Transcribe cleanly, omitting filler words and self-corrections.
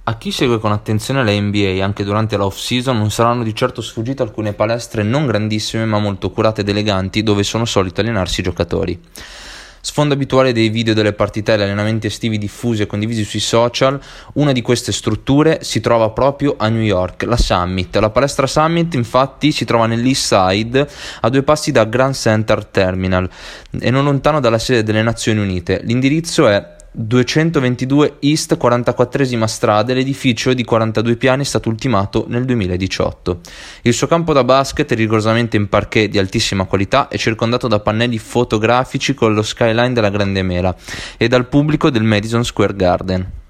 A chi segue con attenzione la NBA anche durante la off-season non saranno di certo sfuggite alcune palestre non grandissime ma molto curate ed eleganti dove sono soliti allenarsi i giocatori. Sfondo abituale dei video delle partite e gli allenamenti estivi diffusi e condivisi sui social, una di queste strutture si trova proprio a New York, la Summit. La palestra Summit infatti si trova nell'East Side, a 2 passi da Grand Center Terminal e non lontano dalla sede delle Nazioni Unite. L'indirizzo è 222 East 44esima strada e l'edificio di 42 piani è stato ultimato nel 2018. Il suo campo da basket è rigorosamente in parquet di altissima qualità e circondato da pannelli fotografici con lo skyline della Grande Mela e dal pubblico del Madison Square Garden.